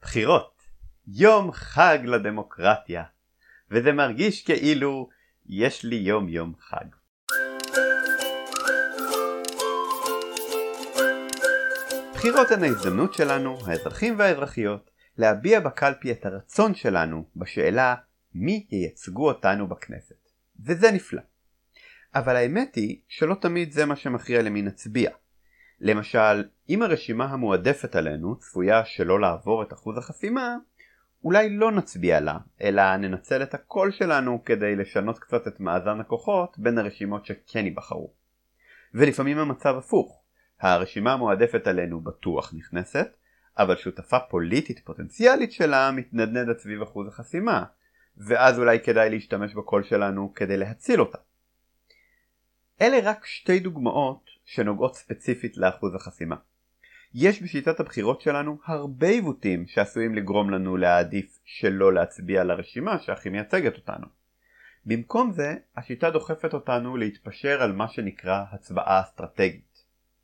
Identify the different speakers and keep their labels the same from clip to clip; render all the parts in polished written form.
Speaker 1: בחירות, יום חג לדמוקרטיה, וזה מרגיש כאילו יש לי יום חג. בחירות הן ההזדמנות שלנו, האזרחים והאזרחיות, להביע בקלפי את הרצון שלנו בשאלה מי ייצגו אותנו בכנסת. וזה נפלא. אבל האמת היא שלא תמיד זה מה שמכריע למי נצביע. למשל, אם הרשימה המועדפת עלינו צפויה שלא לעבור את אחוז החסימה, אולי לא נצביע לה, אלא ננצל את הקול שלנו כדי לשנות קצת את מאזן הכוחות בין הרשימות שכן ייבחרו. ולפעמים המצב הפוך. הרשימה המועדפת עלינו בטוח נכנסת, אבל שותפה פוליטית פוטנציאלית שלה מתנדנדת סביב אחוז החסימה, ואז אולי כדאי להשתמש בקול שלנו כדי להציל אותה. אלה רק שתי דוגמאות שנוגעות ספציפית לאחוז החסימה. יש בשיטת הבחירות שלנו הרבה עיוותים שעשויים לגרום לנו להעדיף שלא להצביע לרשימה שהכי מייצגת אותנו. במקום זה, השיטה דוחפת אותנו להתפשר על מה שנקרא הצבעה אסטרטגית.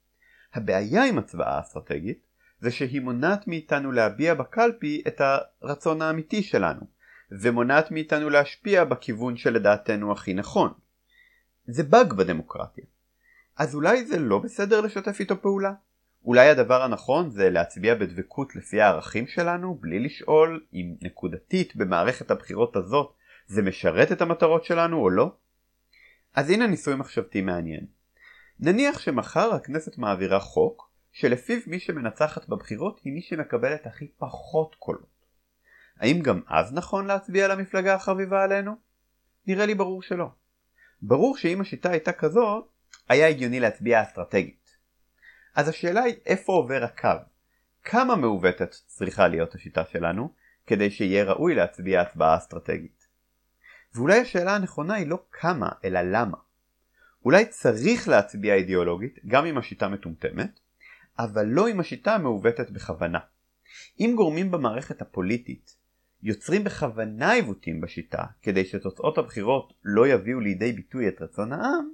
Speaker 1: הבעיה עם הצבעה אסטרטגית זה שהיא מונעת מאיתנו להביע בקלפי את הרצון האמיתי שלנו, ומונעת מאיתנו להשפיע בכיוון שלדעתנו הכי נכון. זה באג בדמוקרטיה. אז אולי זה לא בסדר לשתף איתו פעולה? אולי הדבר הנכון זה להצביע בדבקות לפי הערכים שלנו, בלי לשאול אם נקודתית במערכת הבחירות הזאת זה משרת את המטרות שלנו או לא? אז הנה ניסוי מחשבתי מעניין. נניח שמחר הכנסת מעבירה חוק, שלפיו מי שמנצחת בבחירות היא מי שמקבלת הכי פחות קולות. האם גם אז נכון להצביע למפלגה החביבה עלינו? נראה לי ברור שלא. ברור שאם השיטה הייתה כזאת, היה הגיוני להצביע אסטרטגית. אז השאלה היא איפה עובר הקו? כמה מעוותת צריכה להיות השיטה שלנו, כדי שיהיה ראוי להצביע הצבעה אסטרטגית? ואולי השאלה הנכונה היא לא כמה, אלא למה. אולי צריך להצביע אידיאולוגית, גם אם השיטה מטומטמת, אבל לא אם השיטה מעוותת בכוונה. אם גורמים במערכת הפוליטית יוצרים בכוונה עיוותים בשיטה, כדי שתוצאות הבחירות לא יביאו לידי ביטוי את רצון העם,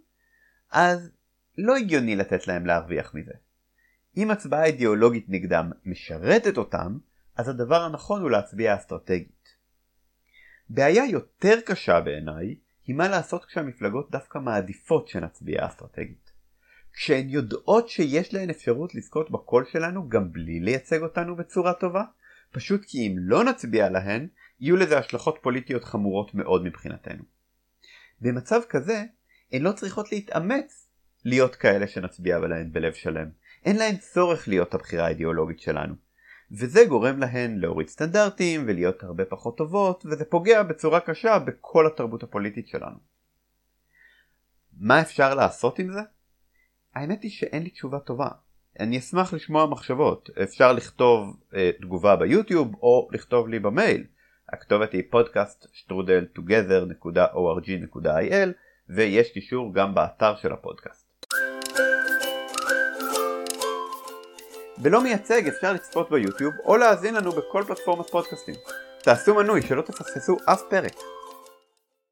Speaker 1: אז לא הגיוני לתת להם להרוויח מזה. אם הצבעה אידיאולוגית נגדם משרתת אותם, אז הדבר הנכון הוא להצביע אסטרטגית. בעיה יותר קשה בעיניי היא מה לעשות כשהמפלגות דווקא מעדיפות שנצביע אסטרטגית. כשהן יודעות שיש להן אפשרות לזכות בקול שלנו גם בלי לייצג אותנו בצורה טובה, פשוט כי אם לא נצביע להן, יהיו לזה השלכות פוליטיות חמורות מאוד מבחינתנו. במצב כזה, הן לא צריכות להתאמץ להיות כאלה שנצביע להן בלב שלם. אין להן צורך להיות הבחירה האידיאולוגית שלנו. וזה גורם להן להוריד סטנדרטים ולהיות הרבה פחות טובות, וזה פוגע בצורה קשה בכל התרבות הפוליטית שלנו. מה אפשר לעשות עם זה? האמת היא שאין לי תשובה טובה. אני אשמח לשמוע מחשבות. אפשר לכתוב תגובה ביוטיוב או לכתוב לי במייל. הכתובת היא podcast.together.org.il ויש קישור גם באתר של הפודקאסט. בלא מייצג אפשר לצפות ביוטיוב או להאזין לנו בכל פלטפורמת פודקאסטים. תעשו מנוי שלא תפספסו אף פרק.